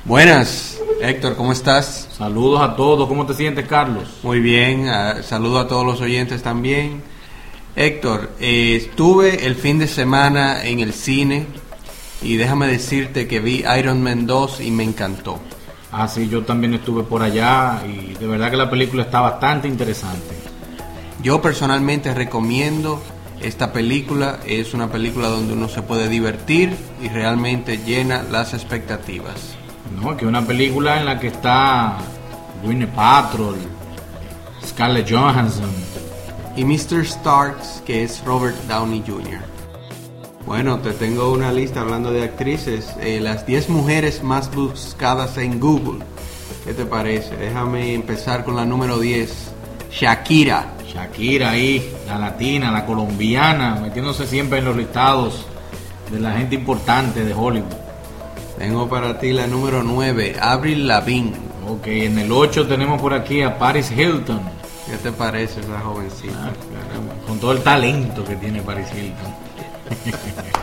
Buenas, Héctor, ¿cómo estás? Saludos a todos, ¿cómo te sientes, Carlos? Muy bien, saludo a todos los oyentes también. Héctor, estuve el fin de semana en el cine y déjame decirte que vi Iron Man 2 y me encantó. Ah, sí, yo también estuve por allá y de verdad que la película está bastante interesante. Yo personalmente recomiendo esta película, es una película donde uno se puede divertir y realmente llena las expectativas. No, que una película en la que está Gwyneth Paltrow, Scarlett Johansson y Mr. Starks, que es Robert Downey Jr. Bueno, te tengo una lista hablando de actrices, las 10 mujeres más buscadas en Google. ¿Qué te parece? Déjame empezar con la número 10, Shakira. Shakira ahí, la latina, la colombiana, metiéndose siempre en los listados de la gente importante de Hollywood. Tengo para ti la número 9, Avril Lavigne. Ok, en el 8 tenemos por aquí a Paris Hilton. ¿Qué te parece esa jovencita? Caramba, con todo el talento que tiene Paris Hilton.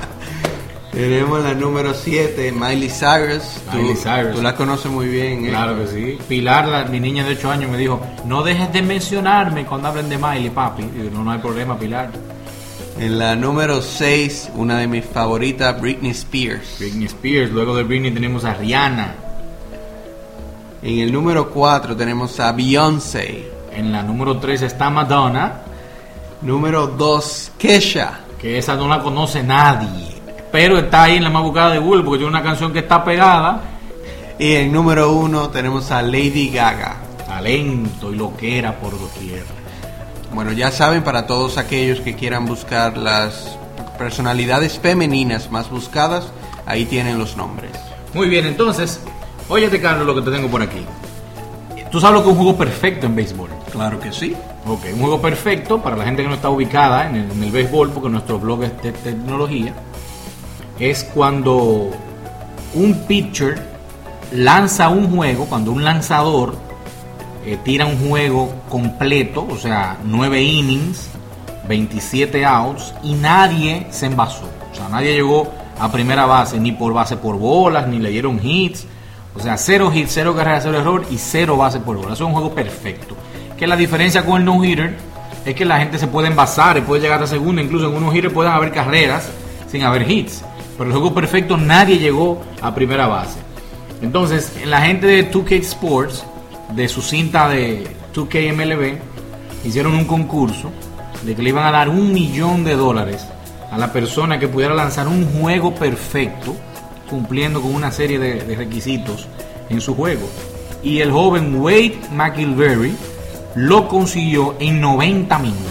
Tenemos la número 7, Miley Cyrus. Miley Cyrus. Tú la conoces muy bien, ¿eh? Claro que sí. Pilar, mi niña de 8 años, me dijo, no dejes de mencionarme cuando hablen de Miley, papi. Y yo, no hay problema, Pilar. En la número 6, una de mis favoritas, Britney Spears. Britney Spears. Luego de Britney tenemos a Rihanna. En el número 4 tenemos a Beyoncé. En la número 3 está Madonna. Número 2, Kesha. Que esa no la conoce nadie, pero está ahí en la más buscada de Google porque tiene una canción que está pegada. Y en número 1 tenemos a Lady Gaga. Talento y loquera por doquier. Bueno, ya saben, para todos aquellos que quieran buscar las personalidades femeninas más buscadas, ahí tienen los nombres. Muy bien, entonces, óyete, Carlos, lo que te tengo por aquí. ¿Tú sabes lo que es un juego perfecto en béisbol? Claro que sí. Ok, un juego perfecto para la gente que no está ubicada en el béisbol, porque nuestro blog es de tecnología, es cuando un pitcher lanza un juego, cuando un lanzador tira un juego completo, o sea, 9 innings, 27 outs, y nadie se envasó. O sea, nadie llegó a primera base, ni por base por bolas, ni le dieron hits. O sea, 0 hits, 0 carreras, 0 error y 0 bases por bola. Eso es un juego perfecto. Que la diferencia con el no-hitter es que la gente se puede envasar y puede llegar a segunda. Incluso en un no-hitter pueden haber carreras sin haber hits. Pero el juego perfecto nadie llegó a primera base. Entonces, la gente de 2K Sports, de su cinta de 2K MLB, hicieron un concurso de que le iban a dar $1 millón a la persona que pudiera lanzar un juego perfecto, cumpliendo con una serie de requisitos en su juego. Y el joven Wade McIlberry lo consiguió en 90 minutos.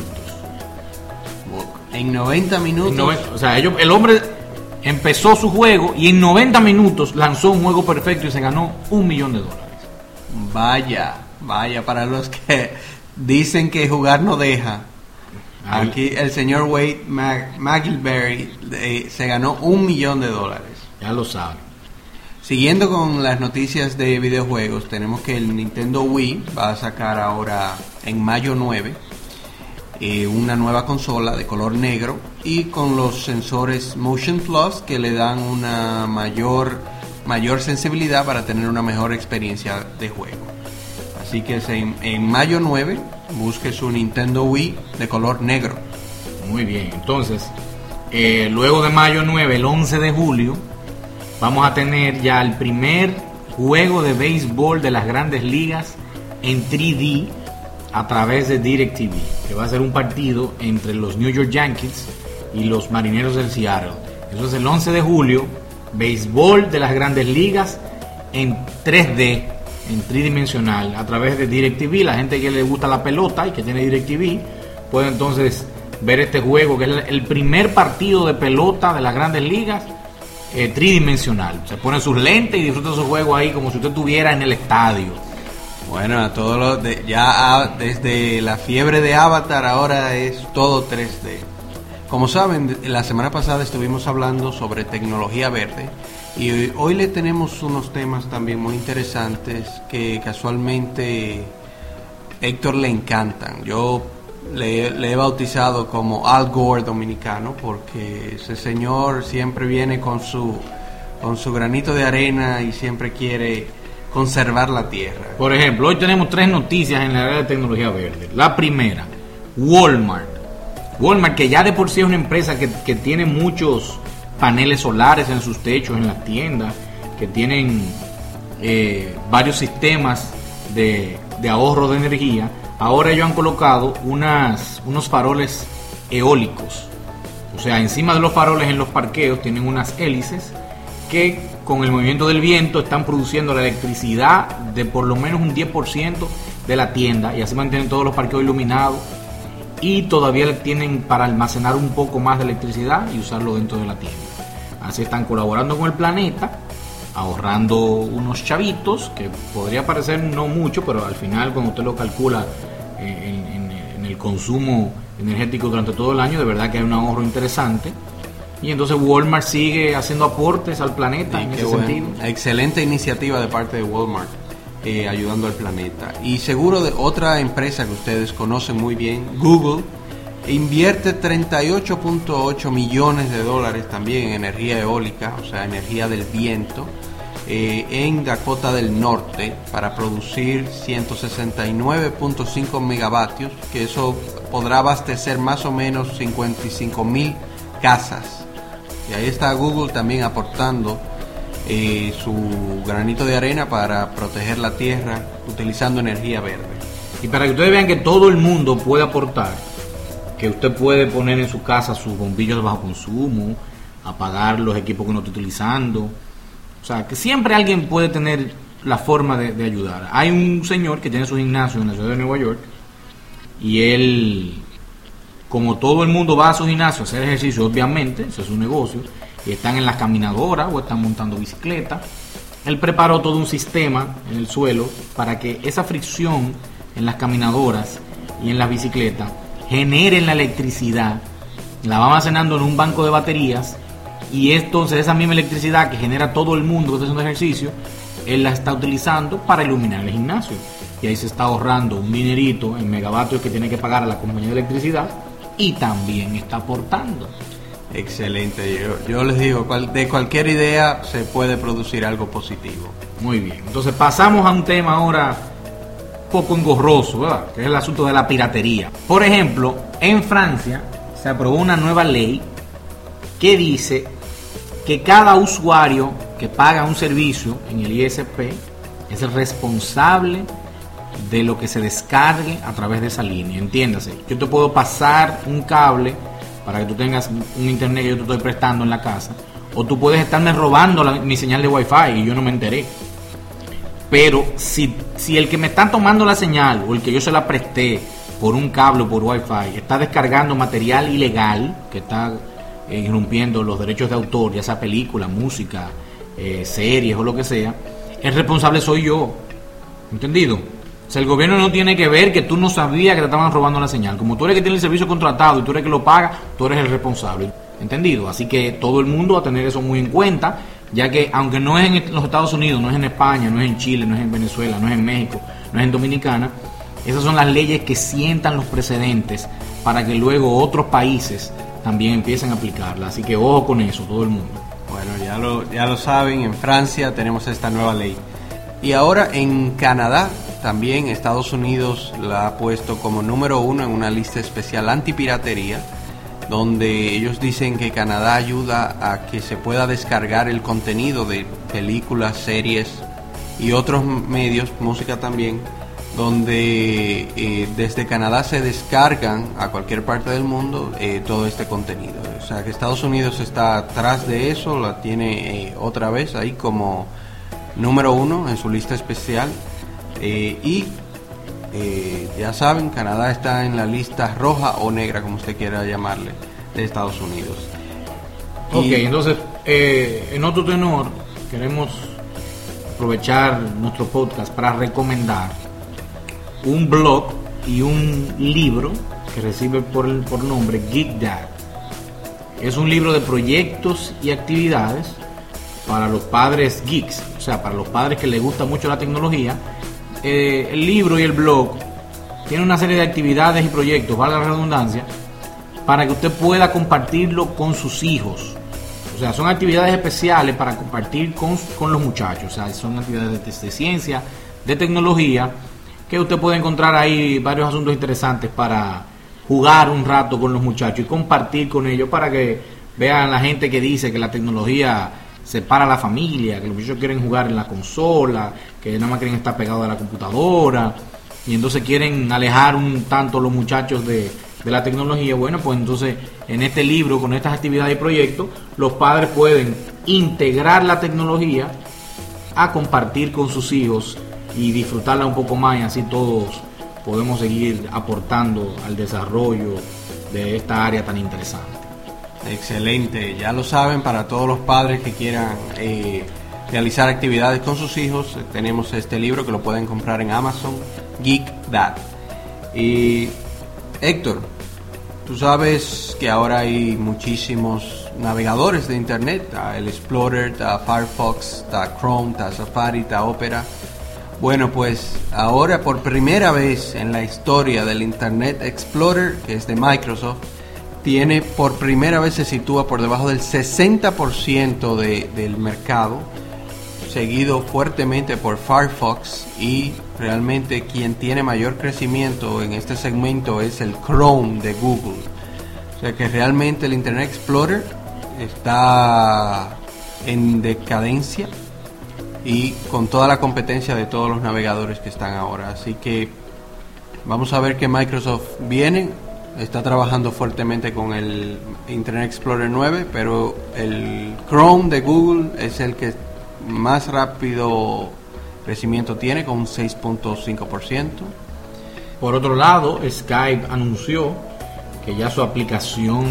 En 90 minutos. O sea, el hombre empezó su juego y en 90 minutos lanzó un juego perfecto y se ganó $1 millón. Vaya, para los que dicen que jugar no deja. Aquí el señor Wade McIlberry se ganó $1 millón. Ya lo saben. Siguiendo con las noticias de videojuegos, tenemos que el Nintendo Wii va a sacar ahora en mayo 9 una nueva consola de color negro y con los sensores Motion Plus que le dan una mayor sensibilidad para tener una mejor experiencia de juego. Así que en mayo 9 busque su Nintendo Wii de color negro. Muy bien, entonces luego de mayo 9, el 11 de julio vamos a tener ya el primer juego de béisbol de las grandes ligas en 3D a través de DirecTV, que va a ser un partido entre los New York Yankees y los Marineros del Seattle. Eso es el 11 de julio, béisbol de las grandes ligas en 3D, en tridimensional, a través de DirecTV. La gente que le gusta la pelota y que tiene DirecTV puede entonces ver este juego, que es el primer partido de pelota de las grandes ligas tridimensional. Se pone sus lentes y disfruta su juego ahí como si usted estuviera en el estadio. Bueno, desde la fiebre de Avatar ahora es todo 3D. Como saben, la semana pasada estuvimos hablando sobre tecnología verde y hoy le tenemos unos temas también muy interesantes que casualmente Héctor le encantan. Yo le he bautizado como Al Gore dominicano porque ese señor siempre viene con con su granito de arena y siempre quiere conservar la tierra. Por ejemplo, hoy tenemos 3 noticias en la área de tecnología verde. La primera, Walmart. Walmart, que ya de por sí es una empresa que tiene muchos paneles solares en sus techos, en las tiendas, que tienen varios sistemas de ahorro de energía. Ahora ellos han colocado unos faroles eólicos. O sea, encima de los faroles en los parqueos tienen unas hélices que con el movimiento del viento están produciendo la electricidad de por lo menos un 10% de la tienda, y así mantienen todos los parqueos iluminados, y todavía tienen para almacenar un poco más de electricidad y usarlo dentro de la tienda. Así están colaborando con el planeta, ahorrando unos chavitos, que podría parecer no mucho, pero al final cuando usted lo calcula en el consumo energético durante todo el año, de verdad que hay un ahorro interesante. Y entonces Walmart sigue haciendo aportes al planeta en ese sentido. Excelente iniciativa de parte de Walmart, ayudando al planeta. Y seguro de otra empresa que ustedes conocen muy bien, Google, invierte 38.8 millones de dólares también en energía eólica, o sea, energía del viento, en Dakota del Norte, para producir 169.5 megavatios, que eso podrá abastecer más o menos 55,000 casas. Y ahí está Google también aportando su granito de arena para proteger la tierra utilizando energía verde. Y para que ustedes vean que todo el mundo puede aportar, que usted puede poner en su casa sus bombillos de bajo consumo, apagar los equipos que no está utilizando. O sea, que siempre alguien puede tener la forma de ayudar. Hay un señor que tiene su gimnasio en la ciudad de Nueva York, y él, como todo el mundo va a su gimnasio a hacer ejercicio, obviamente, ese es su negocio, y están en las caminadoras o están montando bicicleta, él preparó todo un sistema en el suelo para que esa fricción en las caminadoras y en las bicicletas genere la electricidad, la va almacenando en un banco de baterías, y entonces esa misma electricidad que genera todo el mundo que está haciendo ejercicio, él la está utilizando para iluminar el gimnasio, y ahí se está ahorrando un dinerito en megavatios que tiene que pagar a la compañía de electricidad, y también está aportando. Excelente. Yo les digo, de cualquier idea se puede producir algo positivo. Muy bien, entonces pasamos a un tema ahora poco engorroso, ¿verdad? Que es el asunto de la piratería. Por ejemplo, en Francia se aprobó una nueva ley que dice que cada usuario que paga un servicio en el ISP es el responsable de lo que se descargue a través de esa línea. Entiéndase, yo te puedo pasar un cable para que tú tengas un internet que yo te estoy prestando en la casa, o tú puedes estarme robando mi señal de Wi-Fi y yo no me enteré. Pero si el que me está tomando la señal, o el que yo se la presté por un cable o por Wi-Fi, está descargando material ilegal que está irrumpiendo los derechos de autor, ya sea película, música, series o lo que sea, el responsable soy yo. ¿Entendido? O sea, el gobierno no tiene que ver que tú no sabías que te estaban robando la señal. Como tú eres que tiene el servicio contratado y tú eres que lo paga, tú eres el responsable. ¿Entendido? Así que todo el mundo va a tener eso muy en cuenta, ya que aunque no es en los Estados Unidos, no es en España, no es en Chile, no es en Venezuela, no es en México, no es en Dominicana, esas son las leyes que sientan los precedentes para que luego otros países también empiecen a aplicarla. Así que ojo con eso, todo el mundo. Bueno, ya lo saben, en Francia tenemos esta nueva ley. Y ahora en Canadá, también Estados Unidos la ha puesto como número 1 en una lista especial antipiratería, donde ellos dicen que Canadá ayuda a que se pueda descargar el contenido de películas, series y otros medios, música también, donde desde Canadá se descargan a cualquier parte del mundo todo este contenido. O sea que Estados Unidos está atrás de eso, la tiene otra vez ahí como número 1 en su lista especial, y ya saben, Canadá está en la lista roja o negra, como usted quiera llamarle, de Estados Unidos. Ok, entonces en otro tenor queremos aprovechar nuestro podcast para recomendar un blog y un libro que recibe por nombre Geek Dad. Es un libro de proyectos y actividades para los padres geeks, o sea, para los padres que les gusta mucho la tecnología. El libro y el blog tienen una serie de actividades y proyectos, valga la redundancia, para que usted pueda compartirlo con sus hijos. O sea, son actividades especiales para compartir con los muchachos. O sea, son actividades de ciencia, de tecnología, que usted puede encontrar ahí varios asuntos interesantes para jugar un rato con los muchachos y compartir con ellos, para que vean la gente que dice que la tecnología separa a la familia, que los muchachos quieren jugar en la consola, que nada más quieren estar pegados a la computadora, y entonces quieren alejar un tanto los muchachos de la tecnología. Bueno, pues entonces en este libro, con estas actividades y proyectos, los padres pueden integrar la tecnología a compartir con sus hijos y disfrutarla un poco más, y así todos podemos seguir aportando al desarrollo de esta área tan interesante. Excelente, ya lo saben, para todos los padres que quieran realizar actividades con sus hijos, tenemos este libro que lo pueden comprar en Amazon, Geek Dad. Y Héctor, tú sabes que ahora hay muchísimos navegadores de internet, está el Explorer, está Firefox, está Chrome, está Safari, está Opera. Bueno, pues ahora por primera vez en la historia del Internet Explorer, que es de Microsoft, tiene por primera vez, se sitúa por debajo del 60% del mercado, seguido fuertemente por Firefox, y realmente quien tiene mayor crecimiento en este segmento es el Chrome de Google. O sea que realmente el Internet Explorer está en decadencia y con toda la competencia de todos los navegadores que están ahora. Así que vamos a ver que Microsoft viene, está trabajando fuertemente con el Internet Explorer 9, pero el Chrome de Google es el que más rápido crecimiento tiene, con un 6.5%. Por otro lado, Skype anunció que ya su aplicación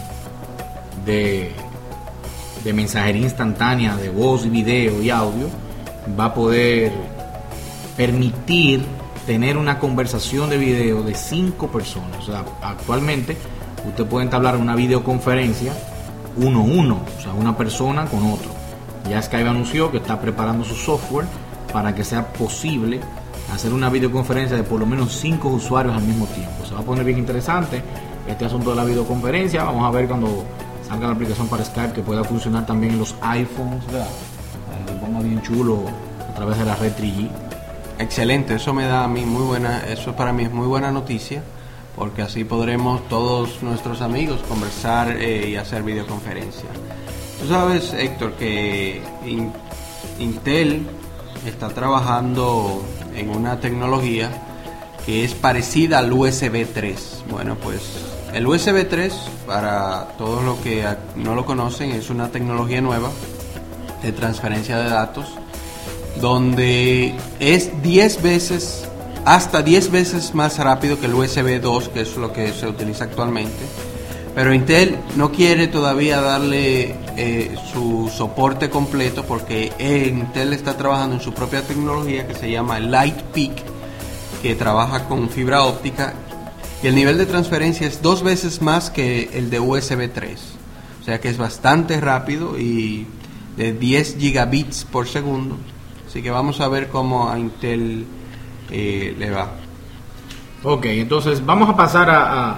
de mensajería instantánea de voz y video y audio va a poder permitir tener una conversación de video de 5 personas. O sea, actualmente usted puede entablar una videoconferencia 1-1, o sea, una persona con otro. Ya Skype anunció que está preparando su software para que sea posible hacer una videoconferencia de por lo menos 5 usuarios al mismo tiempo. Se va a poner bien interesante este asunto de la videoconferencia. Vamos a ver cuando salga la aplicación para Skype, que pueda funcionar también en los iPhones, ¿verdad? Le ponga bien chulo a través de la red 3G. Excelente, eso me da a mí muy buena, eso para mí es muy buena noticia, porque así podremos todos nuestros amigos conversar y hacer videoconferencia. Tú sabes, Héctor, que Intel está trabajando en una tecnología que es parecida al USB 3. Bueno, pues el USB 3, para todos los que no lo conocen, es una tecnología nueva de transferencia de datos, donde es 10 veces, hasta 10 veces más rápido que el USB 2, que es lo que se utiliza actualmente. Pero Intel no quiere todavía darle su soporte completo, porque Intel está trabajando en su propia tecnología que se llama Lightpeak, que trabaja con fibra óptica, y el nivel de transferencia es 2 veces más que el de USB 3. O sea que es bastante rápido y de 10 gigabits por segundo. Así que vamos a ver cómo a Intel le va. Ok, entonces vamos a pasar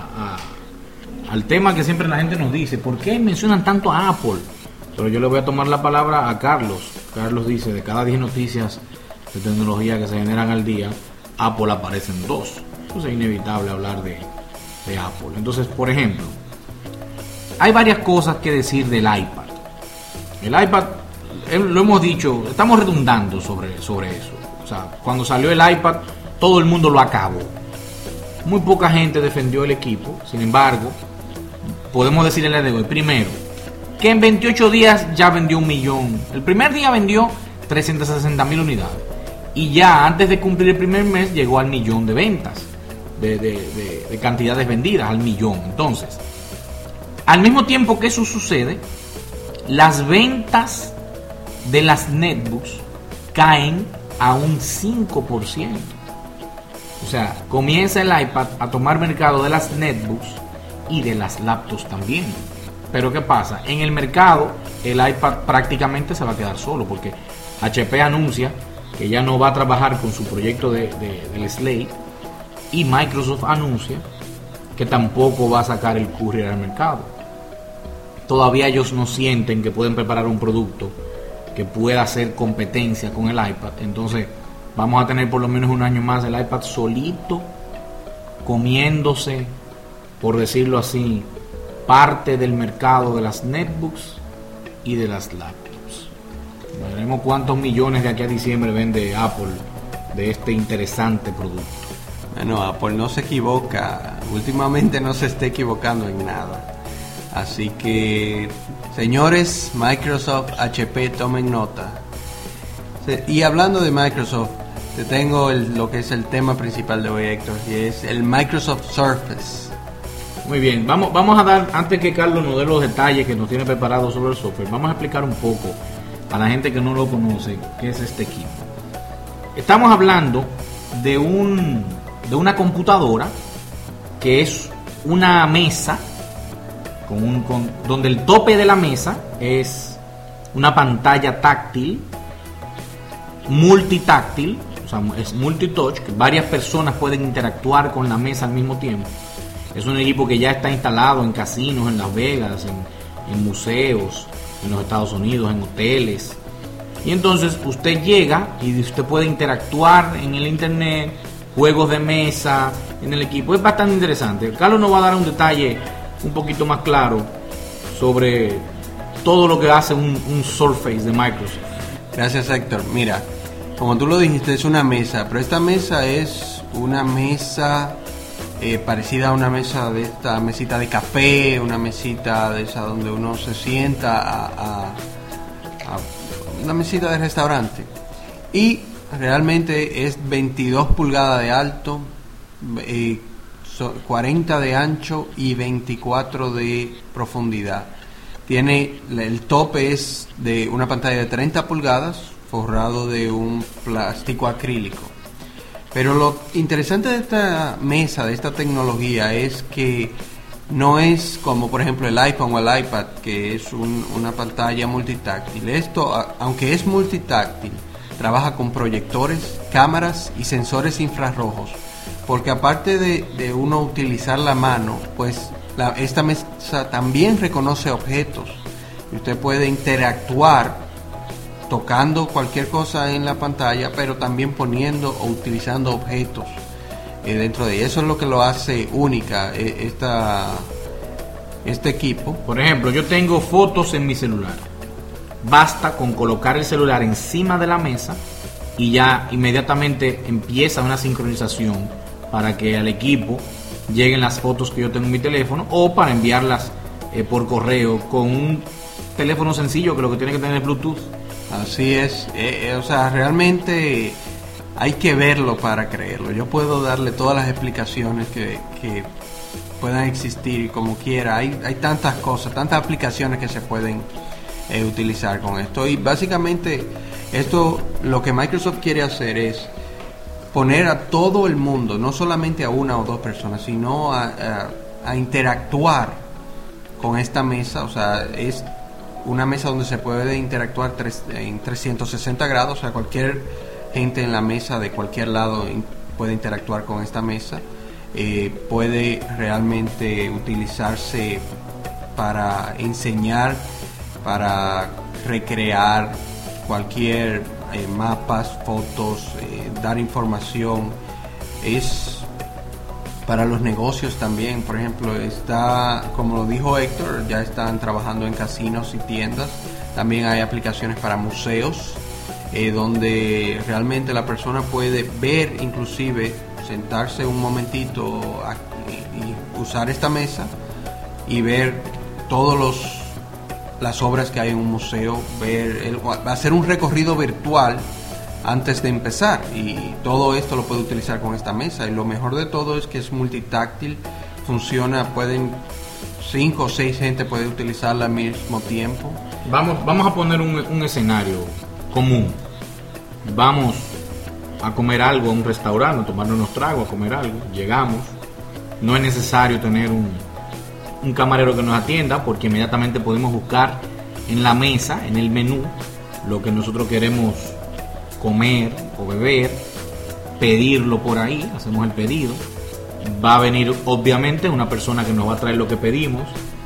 al tema que siempre la gente nos dice: ¿por qué mencionan tanto a Apple? Pero yo le voy a tomar la palabra a Carlos. Carlos dice: de cada 10 noticias de tecnología que se generan al día, Apple aparece en 2. Entonces es inevitable hablar de Apple. Entonces, por ejemplo, hay varias cosas que decir del iPad. El iPad, lo hemos dicho, estamos redundando sobre eso. O sea, cuando salió el iPad, todo el mundo lo acabó. Muy poca gente defendió el equipo. Sin embargo, podemos decirle el día de hoy, primero, que en 28 días ya vendió 1 millón. El primer día vendió 360,000 unidades. Y ya antes de cumplir el primer mes llegó al 1 millón de ventas, de cantidades vendidas, al 1 millón. Entonces, al mismo tiempo que eso sucede, las ventas de las netbooks caen a un 5%. O sea, comienza el iPad a tomar mercado de las netbooks y de las laptops también. Pero ¿qué pasa? En el mercado el iPad prácticamente se va a quedar solo, porque HP anuncia que ya no va a trabajar con su proyecto del Slate, y Microsoft anuncia que tampoco va a sacar el Courier al mercado. todavía ellos no sienten que pueden preparar un producto que pueda hacer competencia con el iPad. Entonces vamos a tener por lo menos un año más el iPad solito, comiéndose, por decirlo así, parte del mercado de las netbooks y de las laptops. Veremos cuántos millones de aquí a diciembre vende Apple de este interesante producto. Bueno, Apple no se equivoca, últimamente no se está equivocando en nada. Así que, señores, Microsoft, HP, tomen nota. Y hablando de Microsoft, te tengo lo que es el tema principal de hoy, Héctor, y es el Microsoft Surface. Muy bien, vamos a dar, antes que Carlos nos dé los detalles que nos tiene preparado sobre el software, vamos a explicar un poco a la gente que no lo conoce qué es este equipo. Estamos hablando de una computadora que es una mesa donde el tope de la mesa es una pantalla táctil, multitáctil, o sea, es multitouch, que varias personas pueden interactuar con la mesa al mismo tiempo. Es un equipo que ya está instalado en casinos en Las Vegas, en museos, en los Estados Unidos, en hoteles. Y entonces usted llega y usted puede interactuar en el internet, juegos de mesa en el equipo. Es bastante interesante. Carlos nos va a dar un detalle un poquito más claro sobre todo lo que hace un Surface de Microsoft. Gracias, Héctor. Mira, como tú lo dijiste, es una mesa, pero esta mesa es una mesa parecida a una mesa de esta mesita de café, una mesita de esa donde uno se sienta a una mesita de restaurante. Y realmente es 22 pulgadas de alto, 40 de ancho y 24 de profundidad. Tiene el tope es de una pantalla de 30 pulgadas forrado de un plástico acrílico. Pero lo interesante de esta mesa, de esta tecnología, es que no es como por ejemplo el iPhone o el iPad, que es una pantalla multitáctil. Esto, aunque es multitáctil, trabaja con proyectores, cámaras y sensores infrarrojos, porque aparte de uno utilizar la mano, pues esta mesa también reconoce objetos y usted puede interactuar tocando cualquier cosa en la pantalla, pero también poniendo o utilizando objetos dentro de ella. Eso es lo que lo hace única este equipo. Por ejemplo, yo tengo fotos en mi celular. Basta con colocar el celular encima de la mesa y ya inmediatamente empieza una sincronización para que al equipo lleguen las fotos que yo tengo en mi teléfono, o para enviarlas por correo con un teléfono sencillo que lo que tiene que tener es Bluetooth. Así es, o sea, realmente hay que verlo para creerlo. Yo puedo darle todas las explicaciones que puedan existir como quiera. Hay tantas cosas, tantas aplicaciones que se pueden utilizar con esto. Y básicamente esto, lo que Microsoft quiere hacer es poner a todo el mundo, no solamente a una o dos personas, sino a interactuar con esta mesa. O sea, es una mesa donde se puede interactuar en 360 grados, o sea, cualquier gente en la mesa de cualquier lado puede interactuar con esta mesa. Puede realmente utilizarse para enseñar, para recrear cualquier mapas, fotos, dar información. Es para los negocios también. Por ejemplo, está, como lo dijo Héctor, ya están trabajando en casinos y tiendas. También hay aplicaciones para museos, donde realmente la persona puede ver, inclusive sentarse un momentito y usar esta mesa y ver todos las obras que hay en un museo, hacer un recorrido virtual antes de empezar, y todo esto lo puede utilizar con esta mesa. Y lo mejor de todo es que es multitáctil, funciona, 5 o 6 gente puede utilizarla al mismo tiempo. Vamos a poner un escenario común. Vamos a comer algo a un restaurante, a tomarnos unos tragos, a comer algo. Llegamos, no es necesario tener un camarero que nos atienda, porque inmediatamente podemos buscar en la mesa, en el menú, lo que nosotros queremos comer o beber, pedirlo por ahí, hacemos el pedido. Va a venir obviamente una persona que nos va a traer lo que pedimos,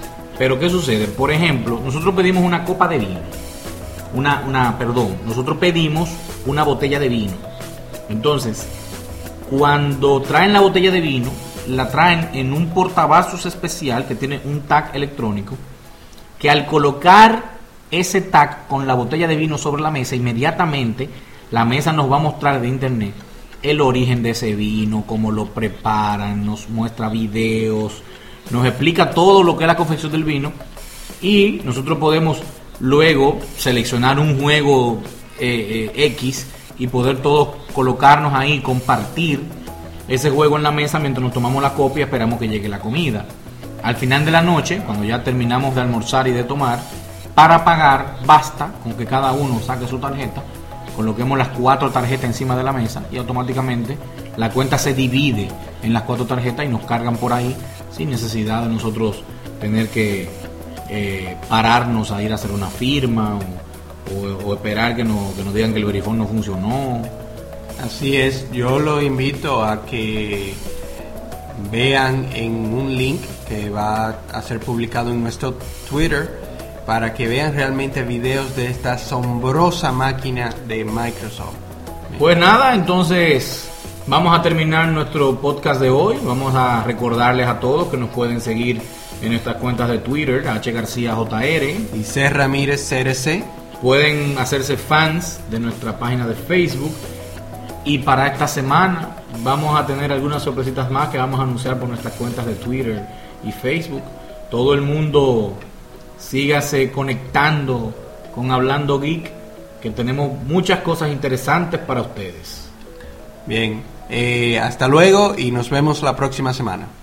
Pero ¿qué sucede? Por ejemplo, nosotros pedimos una copa de vino. Nosotros pedimos una botella de vino. Entonces, cuando traen la botella de vino, la traen en un portavasos especial que tiene un tag electrónico, que al colocar ese tag con la botella de vino sobre la mesa, inmediatamente la mesa nos va a mostrar de internet el origen de ese vino, cómo lo preparan, nos muestra videos, nos explica todo lo que es la confección del vino, y nosotros podemos luego seleccionar un juego X y poder todos colocarnos ahí, compartir ese juego en la mesa mientras nos tomamos la copia y esperamos que llegue la comida. Al final de la noche, cuando ya terminamos de almorzar y de tomar, para pagar basta con que cada uno saque su tarjeta, coloquemos las 4 tarjetas encima de la mesa y automáticamente la cuenta se divide en las 4 tarjetas y nos cargan por ahí sin necesidad de nosotros tener que pararnos a ir a hacer una firma o esperar que nos digan que el verifone no funcionó. Así es, yo lo invito a que vean en un link que va a ser publicado en nuestro Twitter para que vean realmente videos de esta asombrosa máquina de Microsoft. Pues nada, entonces vamos a terminar nuestro podcast de hoy. Vamos a recordarles a todos que nos pueden seguir en nuestras cuentas de Twitter, HGarciaJR y C. Ramírez CRC. Pueden hacerse fans de nuestra página de Facebook. Y para esta semana vamos a tener algunas sorpresitas más que vamos a anunciar por nuestras cuentas de Twitter y Facebook. Todo el mundo sígase conectando con Hablando Geek, que tenemos muchas cosas interesantes para ustedes. Bien, hasta luego y nos vemos la próxima semana.